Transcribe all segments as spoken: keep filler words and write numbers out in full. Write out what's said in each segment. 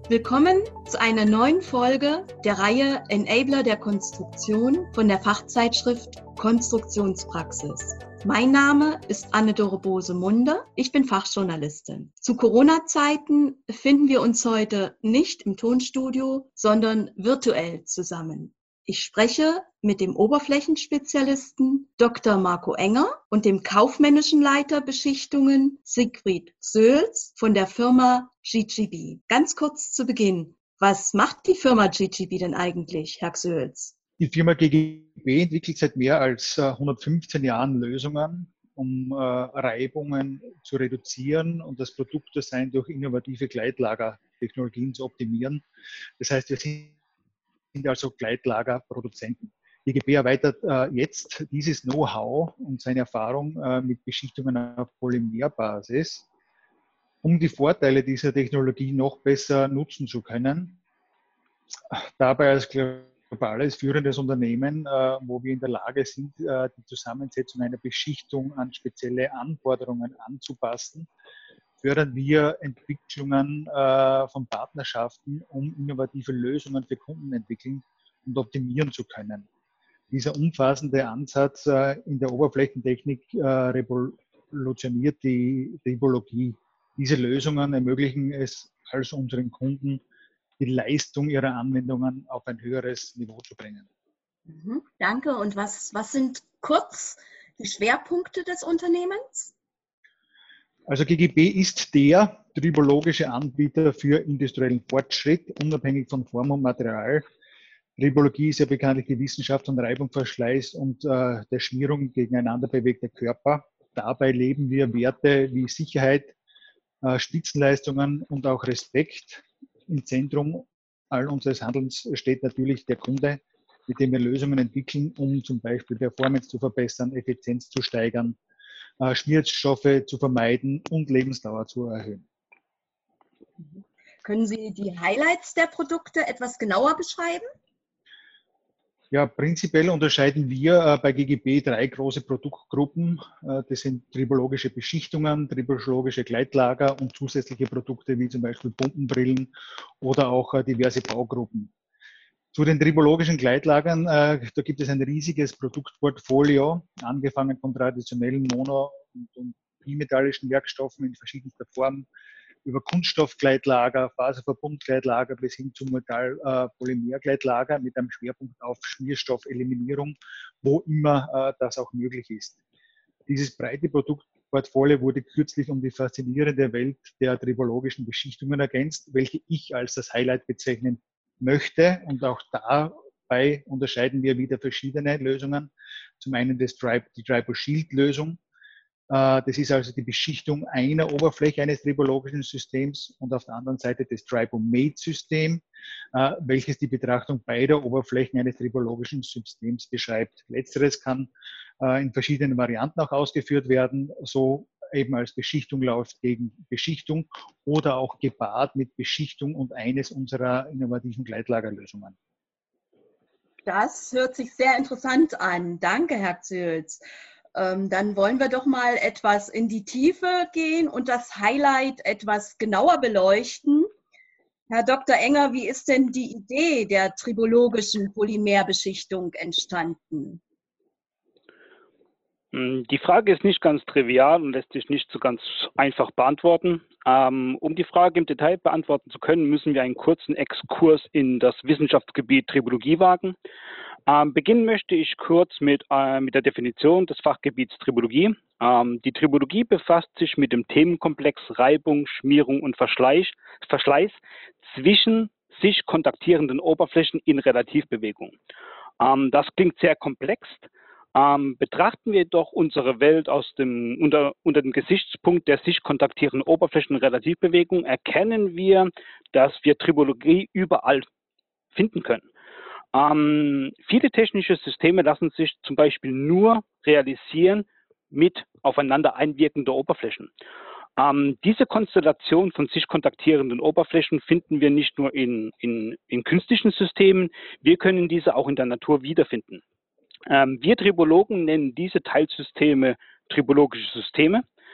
Willkommen zu einer neuen Folge der Reihe Enabler der Konstruktion von der Fachzeitschrift Konstruktionspraxis. Mein Name ist Anne-Dore Bose-Munde, ich bin Fachjournalistin. Zu Corona-Zeiten befinden wir uns heute nicht im Tonstudio, sondern virtuell zusammen. Ich spreche mit dem Oberflächenspezialisten Doktor Marco Enger und dem kaufmännischen Leiter Beschichtungen Siegfried Söels von der Firma G G B. Ganz kurz zu Beginn, was macht die Firma G G B denn eigentlich, Herr Söels? Die Firma G G B entwickelt seit mehr als hundertfünfzehn Jahren Lösungen, um äh, Reibungen zu reduzieren und das Produktdesign durch innovative Gleitlagertechnologien zu optimieren. Das heißt, wir sind sind also Gleitlagerproduzenten. G G B erweitert äh, jetzt dieses Know-how und seine Erfahrung äh, mit Beschichtungen auf Polymerbasis, um die Vorteile dieser Technologie noch besser nutzen zu können. Dabei als globales führendes Unternehmen, äh, wo wir in der Lage sind, äh, die Zusammensetzung einer Beschichtung an spezielle Anforderungen anzupassen, fördern wir Entwicklungen äh, von Partnerschaften, um innovative Lösungen für Kunden entwickeln und optimieren zu können. Dieser umfassende Ansatz äh, in der Oberflächentechnik äh, revolutioniert die Tribologie. Diese Lösungen ermöglichen es also unseren Kunden, die Leistung ihrer Anwendungen auf ein höheres Niveau zu bringen. Mhm, danke. Und was, was sind kurz die Schwerpunkte des Unternehmens? Also G G B ist der tribologische Anbieter für industriellen Fortschritt, unabhängig von Form und Material. Tribologie ist ja bekanntlich die Wissenschaft von Reibung, Verschleiß und äh, der Schmierung gegeneinander bewegter Körper. Dabei leben wir Werte wie Sicherheit, äh, Spitzenleistungen und auch Respekt. Im Zentrum all unseres Handelns steht natürlich der Kunde, mit dem wir Lösungen entwickeln, um zum Beispiel Performance zu verbessern, Effizienz zu steigern, Schmierstoffe zu vermeiden und Lebensdauer zu erhöhen. Können Sie die Highlights der Produkte etwas genauer beschreiben? Ja, prinzipiell unterscheiden wir äh, bei G G B drei große Produktgruppen. Äh, das sind tribologische Beschichtungen, tribologische Gleitlager und zusätzliche Produkte wie zum Beispiel Pumpenbrillen oder auch äh, diverse Baugruppen. Zu den tribologischen Gleitlagern, äh, da gibt es ein riesiges Produktportfolio, angefangen von traditionellen Mono- und, und bimetallischen Werkstoffen in verschiedenster Form, über Kunststoffgleitlager, Faserverbundgleitlager bis hin zu Metall-Polymergleitlager äh, mit einem Schwerpunkt auf Schmierstoffeliminierung, wo immer äh, das auch möglich ist. Dieses breite Produktportfolio wurde kürzlich um die faszinierende Welt der tribologischen Beschichtungen ergänzt, welche ich als das Highlight bezeichnen möchte. Und auch dabei unterscheiden wir wieder verschiedene Lösungen. Zum einen das Tri die Tribo-Shield-Lösung. Das ist also die Beschichtung einer Oberfläche eines tribologischen Systems und auf der anderen Seite das Tribo-Mate-System, welches die Betrachtung beider Oberflächen eines tribologischen Systems beschreibt. Letzteres kann in verschiedenen Varianten auch ausgeführt werden, so eben als Beschichtung läuft gegen Beschichtung oder auch gepaart mit Beschichtung und eines unserer innovativen Gleitlagerlösungen. Das hört sich sehr interessant an. Danke, Herr Söels. Ähm, dann wollen wir doch mal etwas in die Tiefe gehen und das Highlight etwas genauer beleuchten. Herr Doktor Enger, wie ist denn die Idee der tribologischen Polymerbeschichtung entstanden? Die Frage ist nicht ganz trivial und lässt sich nicht so ganz einfach beantworten. Um die Frage im Detail beantworten zu können, müssen wir einen kurzen Exkurs in das Wissenschaftsgebiet Tribologie wagen. Beginnen möchte ich kurz mit, mit der Definition des Fachgebiets Tribologie. Die Tribologie befasst sich mit dem Themenkomplex Reibung, Schmierung und Verschleiß, Verschleiß zwischen sich kontaktierenden Oberflächen in Relativbewegung. Das klingt sehr komplex. Ähm, betrachten wir doch unsere Welt aus dem, unter, unter dem Gesichtspunkt der sich kontaktierenden Oberflächenrelativbewegung, erkennen wir, dass wir Tribologie überall finden können. Ähm, viele technische Systeme lassen sich zum Beispiel nur realisieren mit aufeinander einwirkenden Oberflächen. Ähm, diese Konstellation von sich kontaktierenden Oberflächen finden wir nicht nur in, in, in künstlichen Systemen, wir können diese auch in der Natur wiederfinden. Ähm, wir Tribologen nennen diese Teilsysteme tribologische Systeme.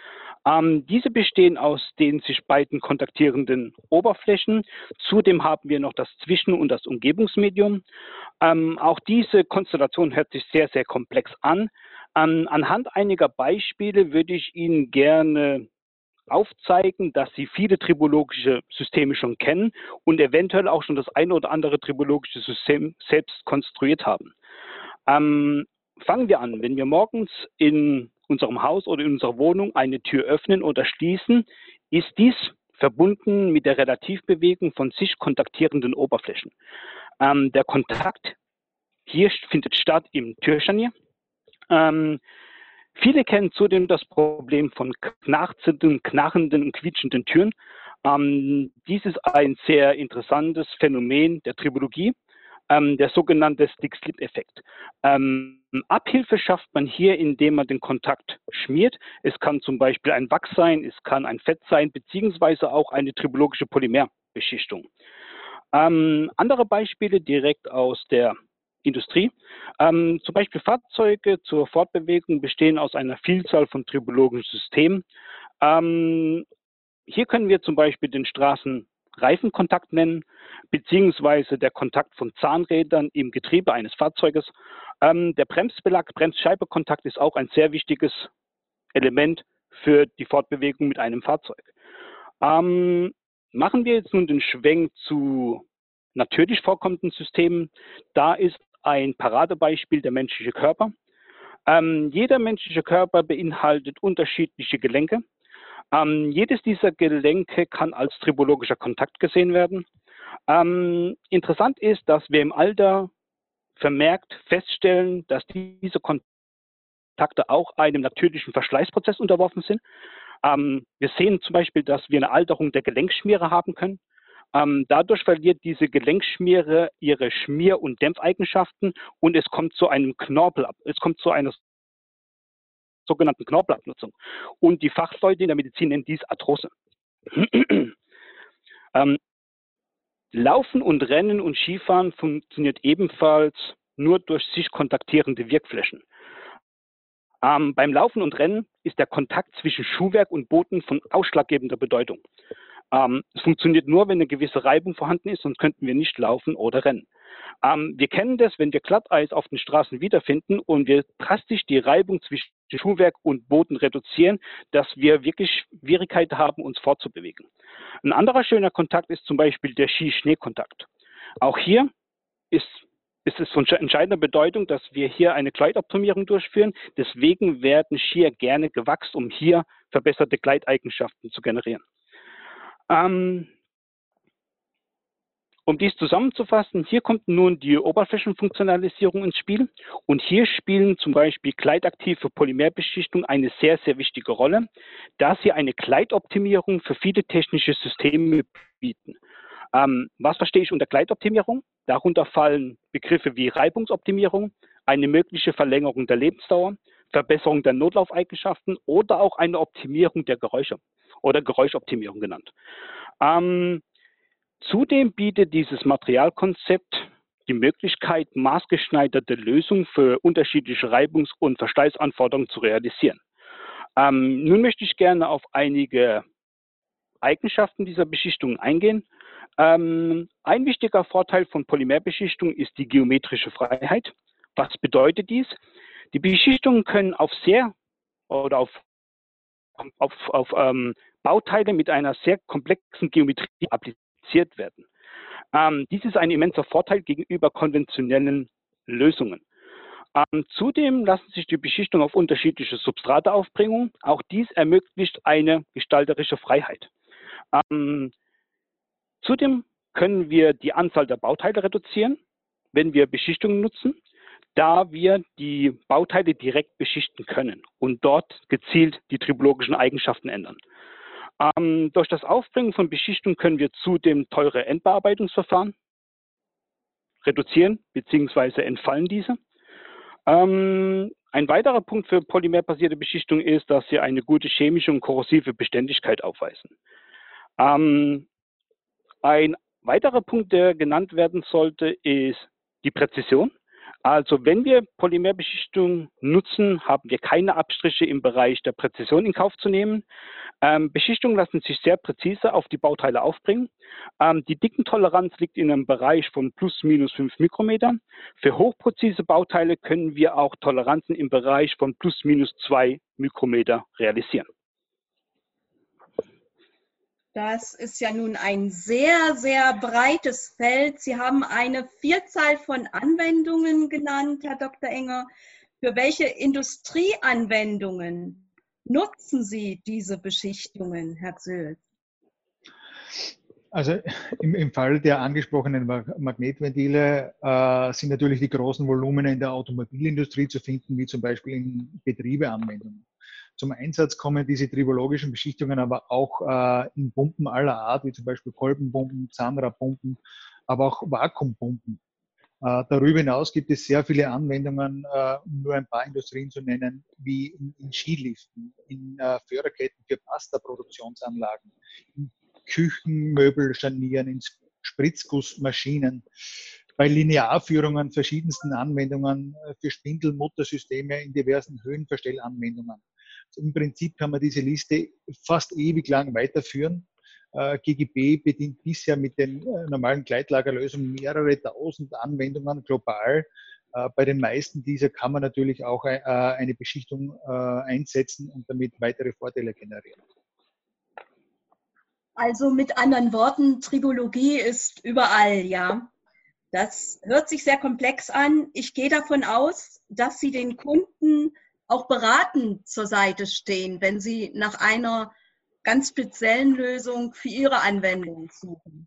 Ähm, diese bestehen aus den sich beiden kontaktierenden Oberflächen. Zudem haben wir noch das Zwischen- und das Umgebungsmedium. Ähm, auch diese Konstellation hört sich sehr, sehr komplex an. Ähm, anhand einiger Beispiele würde ich Ihnen gerne aufzeigen, dass Sie viele tribologische Systeme schon kennen und eventuell auch schon das eine oder andere tribologische System selbst konstruiert haben. Ähm, fangen wir an. Wenn wir morgens in unserem Haus oder in unserer Wohnung eine Tür öffnen oder schließen, ist dies verbunden mit der Relativbewegung von sich kontaktierenden Oberflächen. Ähm, der Kontakt hier findet statt im Türscharnier. Ähm, viele kennen zudem das Problem von knarzenden, knarrenden und quietschenden Türen. Ähm, dies ist ein sehr interessantes Phänomen der Tribologie, ähm, der sogenannte Stick-Slip-Effekt. Ähm, Abhilfe schafft man hier, indem man den Kontakt schmiert. Es kann zum Beispiel ein Wachs sein, es kann ein Fett sein, beziehungsweise auch eine tribologische Polymerbeschichtung. Ähm, andere Beispiele direkt aus der Industrie. Ähm, zum Beispiel Fahrzeuge zur Fortbewegung bestehen aus einer Vielzahl von tribologischen Systemen. Ähm, hier können wir zum Beispiel den Straßenreifenkontakt nennen, beziehungsweise der Kontakt von Zahnrädern im Getriebe eines Fahrzeuges. Ähm, der Bremsbelag, Bremsscheibenkontakt ist auch ein sehr wichtiges Element für die Fortbewegung mit einem Fahrzeug. Ähm, machen wir jetzt nun den Schwenk zu natürlich vorkommenden Systemen. Da ist ein Paradebeispiel der menschliche Körper. Ähm, jeder menschliche Körper beinhaltet unterschiedliche Gelenke. Ähm, jedes dieser Gelenke kann als tribologischer Kontakt gesehen werden. Ähm, interessant ist, dass wir im Alter vermerkt feststellen, dass diese Kontakte auch einem natürlichen Verschleißprozess unterworfen sind. Ähm, wir sehen zum Beispiel, dass wir eine Alterung der Gelenkschmiere haben können. Ähm, dadurch verliert diese Gelenkschmiere ihre Schmier- und Dämpfeigenschaften und es kommt zu einem Knorpel ab. Es kommt zu einer sogenannten Knorpelabnutzung. Und die Fachleute in der Medizin nennen dies Arthrose. ähm, Laufen und Rennen und Skifahren funktioniert ebenfalls nur durch sich kontaktierende Wirkflächen. Ähm, beim Laufen und Rennen ist der Kontakt zwischen Schuhwerk und Boden von ausschlaggebender Bedeutung. Ähm, es funktioniert nur, wenn eine gewisse Reibung vorhanden ist, sonst könnten wir nicht laufen oder rennen. Ähm, wir kennen das, wenn wir Glatteis auf den Straßen wiederfinden und wir drastisch die Reibung zwischen Schuhwerk und Boden reduzieren, dass wir wirklich Schwierigkeiten haben, uns fortzubewegen. Ein anderer schöner Kontakt ist zum Beispiel der Ski-Schnee-Kontakt. Auch hier ist ist es von entscheidender Bedeutung, dass wir hier eine Gleitoptimierung durchführen. Deswegen werden Skier gerne gewachst, um hier verbesserte Gleiteigenschaften zu generieren. Ähm, um dies zusammenzufassen, hier kommt nun die Oberflächenfunktionalisierung ins Spiel und hier spielen zum Beispiel gleitaktive Polymerbeschichtungen eine sehr, sehr wichtige Rolle, da sie eine Gleitoptimierung für viele technische Systeme bieten. Ähm, was verstehe ich unter Gleitoptimierung? Darunter fallen Begriffe wie Reibungsoptimierung, eine mögliche Verlängerung der Lebensdauer, Verbesserung der Notlaufeigenschaften oder auch eine Optimierung der Geräusche oder Geräuschoptimierung genannt. Ähm, Zudem bietet dieses Materialkonzept die Möglichkeit, maßgeschneiderte Lösungen für unterschiedliche Reibungs- und Verschleißanforderungen zu realisieren. Ähm, nun möchte ich gerne auf einige Eigenschaften dieser Beschichtung eingehen. Ähm, ein wichtiger Vorteil von Polymerbeschichtung ist die geometrische Freiheit. Was bedeutet dies? Die Beschichtungen können auf sehr oder auf, auf, auf ähm, Bauteile mit einer sehr komplexen Geometrie appliziert werden. Ähm, dies ist ein immenser Vorteil gegenüber konventionellen Lösungen. Ähm, zudem lassen sich die Beschichtungen auf unterschiedliche Substrate aufbringen. Auch dies ermöglicht eine gestalterische Freiheit. Ähm, zudem können wir die Anzahl der Bauteile reduzieren, wenn wir Beschichtungen nutzen, da wir die Bauteile direkt beschichten können und dort gezielt die tribologischen Eigenschaften ändern. Ähm, durch das Aufbringen von Beschichtungen können wir zudem teure Endbearbeitungsverfahren reduzieren bzw. entfallen diese. Ähm, ein weiterer Punkt für polymerbasierte Beschichtung ist, dass sie eine gute chemische und korrosive Beständigkeit aufweisen. Ähm, ein weiterer Punkt, der genannt werden sollte, ist die Präzision. Also wenn wir Polymerbeschichtung nutzen, haben wir keine Abstriche im Bereich der Präzision in Kauf zu nehmen. Ähm, Beschichtungen lassen sich sehr präzise auf die Bauteile aufbringen. Ähm, die Dickentoleranz liegt in einem Bereich von plus minus fünf Mikrometer. Für hochpräzise Bauteile können wir auch Toleranzen im Bereich von plus minus zwei Mikrometer realisieren. Das ist ja nun ein sehr, sehr breites Feld. Sie haben eine Vielzahl von Anwendungen genannt, Herr Doktor Enger. Für welche Industrieanwendungen nutzen Sie diese Beschichtungen, Herr Xöll? Also im, im Fall der angesprochenen Magnetventile äh, sind natürlich die großen Volumina in der Automobilindustrie zu finden, wie zum Beispiel in Getriebeanwendungen. Zum Einsatz kommen diese tribologischen Beschichtungen aber auch äh, in Pumpen aller Art, wie zum Beispiel Kolbenpumpen, Zahnradpumpen, aber auch Vakuumpumpen. Äh, darüber hinaus gibt es sehr viele Anwendungen, äh, um nur ein paar Industrien zu nennen, wie in, in Skiliften, in äh, Förderketten für Pasta-Produktionsanlagen, in Küchenmöbelscharnieren, in Spritzgussmaschinen, bei Linearführungen verschiedensten Anwendungen äh, für Spindelmuttersysteme in diversen Höhenverstellanwendungen. Im Prinzip kann man diese Liste fast ewig lang weiterführen. Äh, G G B bedient bisher mit den äh, normalen Gleitlagerlösungen mehrere tausend Anwendungen global. Äh, bei den meisten dieser kann man natürlich auch äh, eine Beschichtung äh, einsetzen und damit weitere Vorteile generieren. Also mit anderen Worten, Tribologie ist überall, ja. Das hört sich sehr komplex an. Ich gehe davon aus, dass Sie den Kunden auch beratend zur Seite stehen, wenn sie nach einer ganz speziellen Lösung für ihre Anwendung suchen.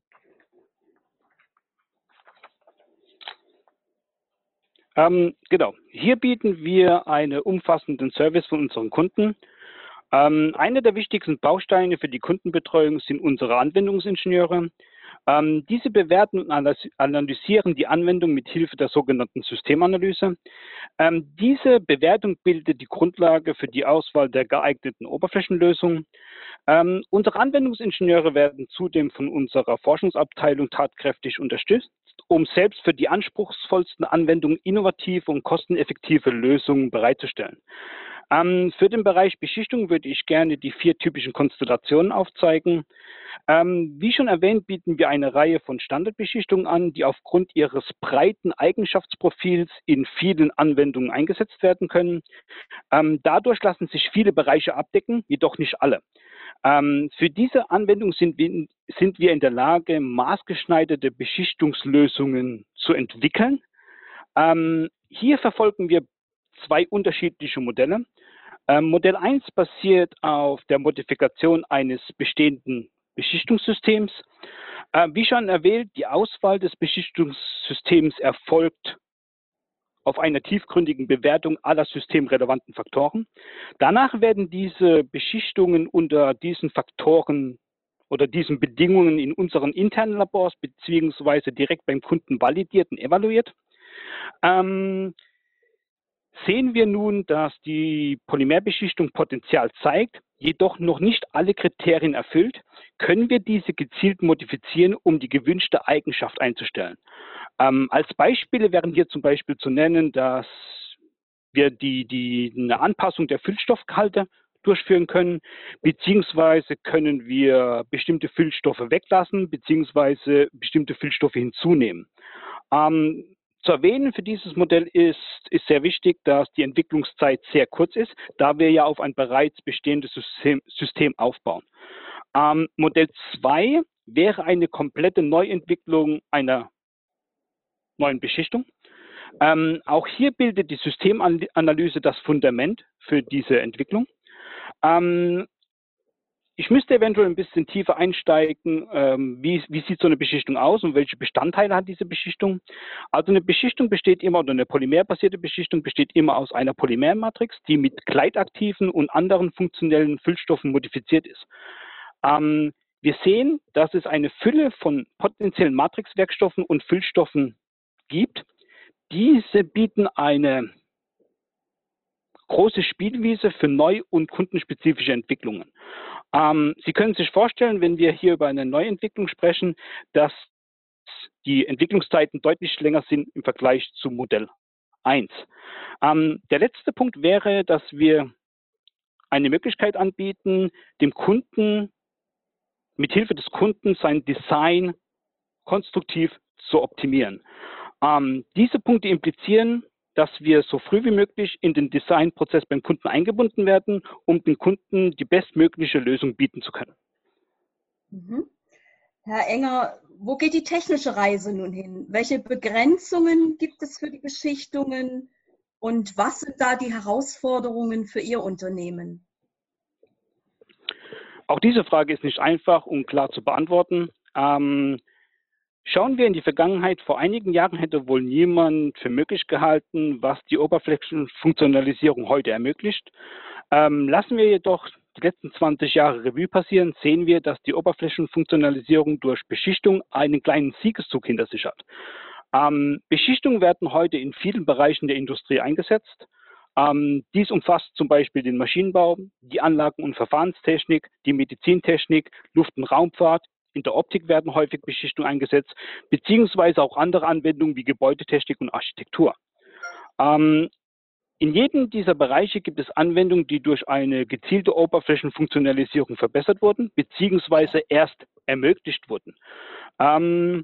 Ähm, genau, hier bieten wir einen umfassenden Service von unseren Kunden. Ähm, eine der wichtigsten Bausteine für die Kundenbetreuung sind unsere Anwendungsingenieure. Ähm, diese bewerten und analysieren die Anwendung mit Hilfe der sogenannten Systemanalyse. Ähm, diese Bewertung bildet die Grundlage für die Auswahl der geeigneten Oberflächenlösung. Ähm, unsere Anwendungsingenieure werden zudem von unserer Forschungsabteilung tatkräftig unterstützt, um selbst für die anspruchsvollsten Anwendungen innovative und kosteneffektive Lösungen bereitzustellen. Ähm, für den Bereich Beschichtung würde ich gerne die vier typischen Konstellationen aufzeigen. Ähm, wie schon erwähnt, bieten wir eine Reihe von Standardbeschichtungen an, die aufgrund ihres breiten Eigenschaftsprofils in vielen Anwendungen eingesetzt werden können. Ähm, dadurch lassen sich viele Bereiche abdecken, jedoch nicht alle. Ähm, für diese Anwendung sind wir, sind wir in der Lage, maßgeschneiderte Beschichtungslösungen zu entwickeln. Ähm, hier verfolgen wir zwei unterschiedliche Modelle. Ähm, Modell eins basiert auf der Modifikation eines bestehenden Beschichtungssystems. Äh, wie schon erwähnt, die Auswahl des Beschichtungssystems erfolgt auf einer tiefgründigen Bewertung aller systemrelevanten Faktoren. Danach werden diese Beschichtungen unter diesen Faktoren oder diesen Bedingungen in unseren internen Labors beziehungsweise direkt beim Kunden validiert und evaluiert. Ähm, Sehen wir nun, dass die Polymerbeschichtung Potenzial zeigt, jedoch noch nicht alle Kriterien erfüllt, können wir diese gezielt modifizieren, um die gewünschte Eigenschaft einzustellen. Ähm, als Beispiele wären hier zum Beispiel zu nennen, dass wir die, die, eine Anpassung der Füllstoffgehalte durchführen können, beziehungsweise können wir bestimmte Füllstoffe weglassen, beziehungsweise bestimmte Füllstoffe hinzunehmen. Ähm, Zu erwähnen für dieses Modell ist, ist sehr wichtig, dass die Entwicklungszeit sehr kurz ist, da wir ja auf ein bereits bestehendes System, System aufbauen. Ähm, Modell zwei wäre eine komplette Neuentwicklung einer neuen Beschichtung. Ähm, auch hier bildet die Systemanalyse das Fundament für diese Entwicklung. Ähm, Ich müsste eventuell ein bisschen tiefer einsteigen, ähm, wie, wie sieht so eine Beschichtung aus und welche Bestandteile hat diese Beschichtung. Also eine Beschichtung besteht immer, oder eine polymerbasierte Beschichtung besteht immer aus einer Polymermatrix, die mit gleitaktiven und anderen funktionellen Füllstoffen modifiziert ist. Ähm, wir sehen, dass es eine Fülle von potenziellen Matrixwerkstoffen und Füllstoffen gibt. Diese bieten eine große Spielwiese für neu- und kundenspezifische Entwicklungen. Ähm, Sie können sich vorstellen, wenn wir hier über eine Neuentwicklung sprechen, dass die Entwicklungszeiten deutlich länger sind im Vergleich zum Modell eins. Ähm, der letzte Punkt wäre, dass wir eine Möglichkeit anbieten, dem Kunden, mithilfe des Kunden sein Design konstruktiv zu optimieren. Ähm, diese Punkte implizieren, dass wir so früh wie möglich in den Designprozess beim Kunden eingebunden werden, um dem Kunden die bestmögliche Lösung bieten zu können. Mhm. Herr Enger, wo geht die technische Reise nun hin? Welche Begrenzungen gibt es für die Beschichtungen und was sind da die Herausforderungen für Ihr Unternehmen? Auch diese Frage ist nicht einfach und klar zu beantworten. Ähm, schauen wir in die Vergangenheit. Vor einigen Jahren hätte wohl niemand für möglich gehalten, was die Oberflächenfunktionalisierung heute ermöglicht. Ähm, lassen wir jedoch die letzten zwanzig Jahre Revue passieren, sehen wir, dass die Oberflächenfunktionalisierung durch Beschichtung einen kleinen Siegeszug hinter sich hat. Ähm, Beschichtungen werden heute in vielen Bereichen der Industrie eingesetzt. Ähm, dies umfasst zum Beispiel den Maschinenbau, die Anlagen- und Verfahrenstechnik, die Medizintechnik, Luft- und Raumfahrt. In der Optik werden häufig Beschichtungen eingesetzt, beziehungsweise auch andere Anwendungen wie Gebäudetechnik und Architektur. Ähm, In jedem dieser Bereiche gibt es Anwendungen, die durch eine gezielte Oberflächenfunktionalisierung verbessert wurden, beziehungsweise erst ermöglicht wurden. Ähm,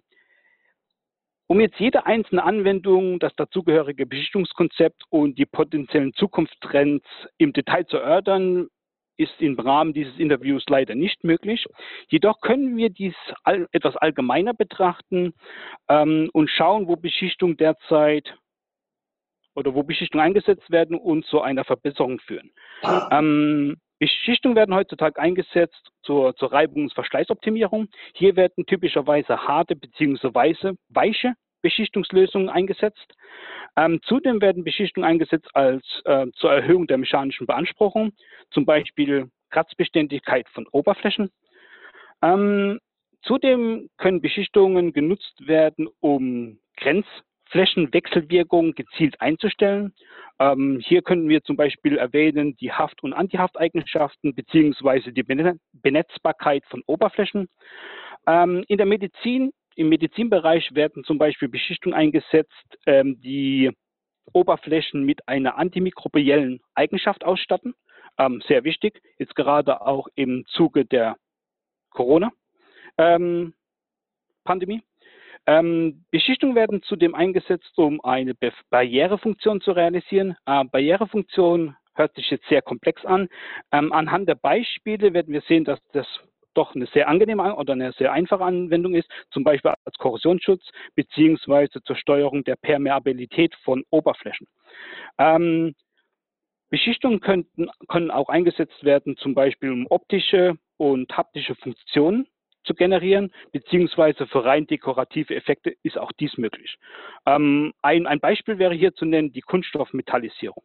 um jetzt jede einzelne Anwendung, das dazugehörige Beschichtungskonzept und die potenziellen Zukunftstrends im Detail zu erörtern, ist im Rahmen dieses Interviews leider nicht möglich. Jedoch können wir dies all, etwas allgemeiner betrachten ähm, und schauen, wo Beschichtung derzeit oder wo Beschichtungen eingesetzt werden und zu einer Verbesserung führen. Ähm, Beschichtungen werden heutzutage eingesetzt zur, zur Reibung- und Verschleißoptimierung. Hier werden typischerweise harte bzw. weiche Beschichtungslösungen eingesetzt. Ähm, zudem werden Beschichtungen eingesetzt als äh, zur Erhöhung der mechanischen Beanspruchung, zum Beispiel Kratzbeständigkeit von Oberflächen. Ähm, zudem können Beschichtungen genutzt werden, um Grenzflächenwechselwirkungen gezielt einzustellen. Ähm, hier können wir zum Beispiel erwähnen die Haft- und Antihafteigenschaften beziehungsweise die Benetzbarkeit von Oberflächen. Ähm, in der Medizin, im Medizinbereich werden zum Beispiel Beschichtungen eingesetzt, ähm, die Oberflächen mit einer antimikrobiellen Eigenschaft ausstatten. Ähm, sehr wichtig, jetzt gerade auch im Zuge der Corona-Pandemie. Ähm, ähm, Beschichtungen werden zudem eingesetzt, um eine Be Barrierefunktion zu realisieren. Äh, Barrierefunktion hört sich jetzt sehr komplex an. Ähm, anhand der Beispiele werden wir sehen, dass das doch eine sehr angenehme oder eine sehr einfache Anwendung ist, zum Beispiel als Korrosionsschutz beziehungsweise zur Steuerung der Permeabilität von Oberflächen. Ähm, Beschichtungen könnten, können auch eingesetzt werden, zum Beispiel um optische und haptische Funktionen zu generieren, beziehungsweise für rein dekorative Effekte ist auch dies möglich. Ähm, ein, ein Beispiel wäre hier zu nennen die Kunststoffmetallisierung.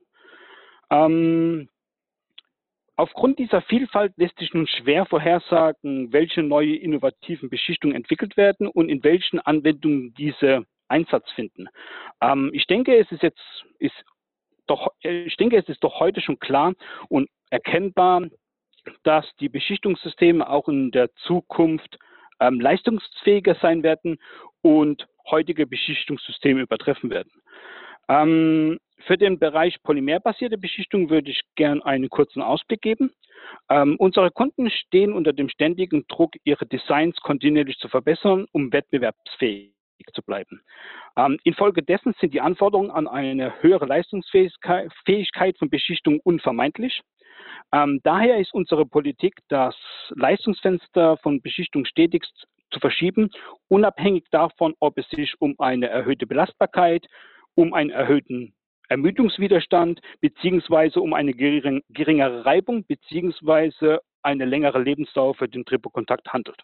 Ähm, aufgrund dieser Vielfalt lässt sich nun schwer vorhersagen, welche neue innovativen Beschichtungen entwickelt werden und in welchen Anwendungen diese Einsatz finden. Ähm, ich denke, es ist jetzt ist doch, ich denke, es ist doch heute schon klar und erkennbar, dass die Beschichtungssysteme auch in der Zukunft ähm, leistungsfähiger sein werden und heutige Beschichtungssysteme übertreffen werden. Ähm, für den Bereich polymerbasierte Beschichtung würde ich gern einen kurzen Ausblick geben. Ähm, unsere Kunden stehen unter dem ständigen Druck, ihre Designs kontinuierlich zu verbessern, um wettbewerbsfähig zu bleiben. Ähm, infolgedessen sind die Anforderungen an eine höhere Leistungsfähigkeit Fähigkeit von Beschichtung unvermeidlich. Ähm, daher ist unsere Politik, das Leistungsfenster von Beschichtung stetig zu verschieben, unabhängig davon, ob es sich um eine erhöhte Belastbarkeit, um einen erhöhten Ermüdungswiderstand beziehungsweise um eine gering, geringere Reibung beziehungsweise eine längere Lebensdauer für den Tripokontakt handelt.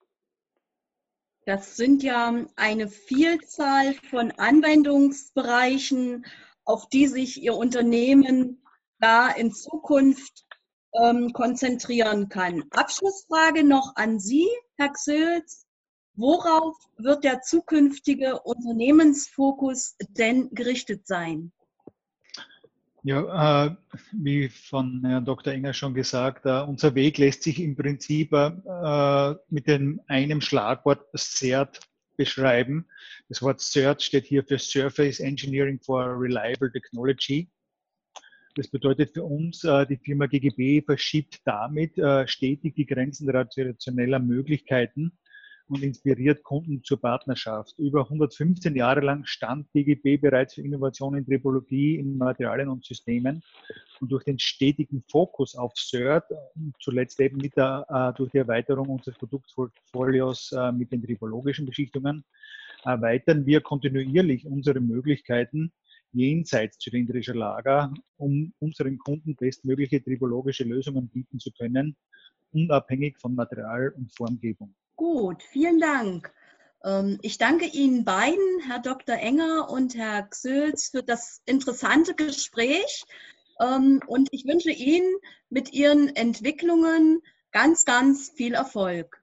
Das sind ja eine Vielzahl von Anwendungsbereichen, auf die sich Ihr Unternehmen da in Zukunft ähm, konzentrieren kann. Abschlussfrage noch an Sie, Herr Xülz. Worauf wird der zukünftige Unternehmensfokus denn gerichtet sein? Ja, äh, wie von Herrn Doktor Enger schon gesagt, äh, unser Weg lässt sich im Prinzip äh, mit dem einem Schlagwort S E R T beschreiben. Das Wort CERT steht hier für Surface Engineering for Reliable Technology. Das bedeutet für uns, die Firma G G B verschiebt damit stetig die Grenzen traditioneller Möglichkeiten und inspiriert Kunden zur Partnerschaft. Über hundertfünfzehn Jahre lang stand G G B bereits für Innovation in Tribologie, in Materialien und Systemen. Und durch den stetigen Fokus auf CERT, zuletzt eben mit der, durch die Erweiterung unseres Produktportfolios mit den tribologischen Beschichtungen, erweitern wir kontinuierlich unsere Möglichkeiten jenseits zylindrischer Lager, um unseren Kunden bestmögliche tribologische Lösungen bieten zu können, unabhängig von Material und Formgebung. Gut, vielen Dank. Ich danke Ihnen beiden, Herr Doktor Enger und Herr Xülz, für das interessante Gespräch. Und ich wünsche Ihnen mit Ihren Entwicklungen ganz, ganz viel Erfolg.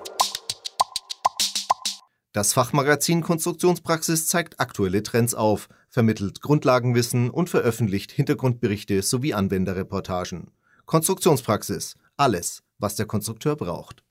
Das Fachmagazin Konstruktionspraxis zeigt aktuelle Trends auf, vermittelt Grundlagenwissen und veröffentlicht Hintergrundberichte sowie Anwenderreportagen. Konstruktionspraxis. Alles, was der Konstrukteur braucht.